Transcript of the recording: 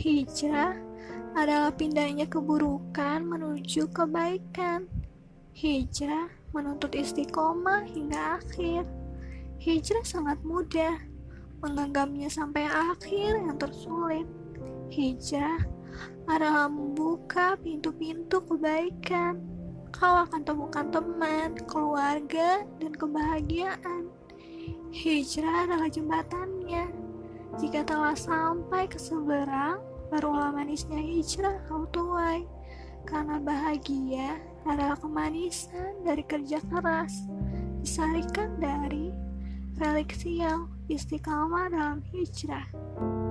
Hijrah adalah pindahnya keburukan menuju kebaikan. Hijrah menuntut istiqomah hingga akhir. Hijrah sangat mudah, menggenggamnya sampai akhir yang tersulit. Hijrah adalah membuka pintu-pintu kebaikan. Kau akan temukan teman, keluarga, dan kebahagiaan. Hijrah adalah jembatannya. Jika telah sampai ke seberang, barulah manisnya hijrah kau tuai. Karena bahagia adalah kemanisan dari kerja keras, disarikan dari relik sial, istiqamah dalam hijrah.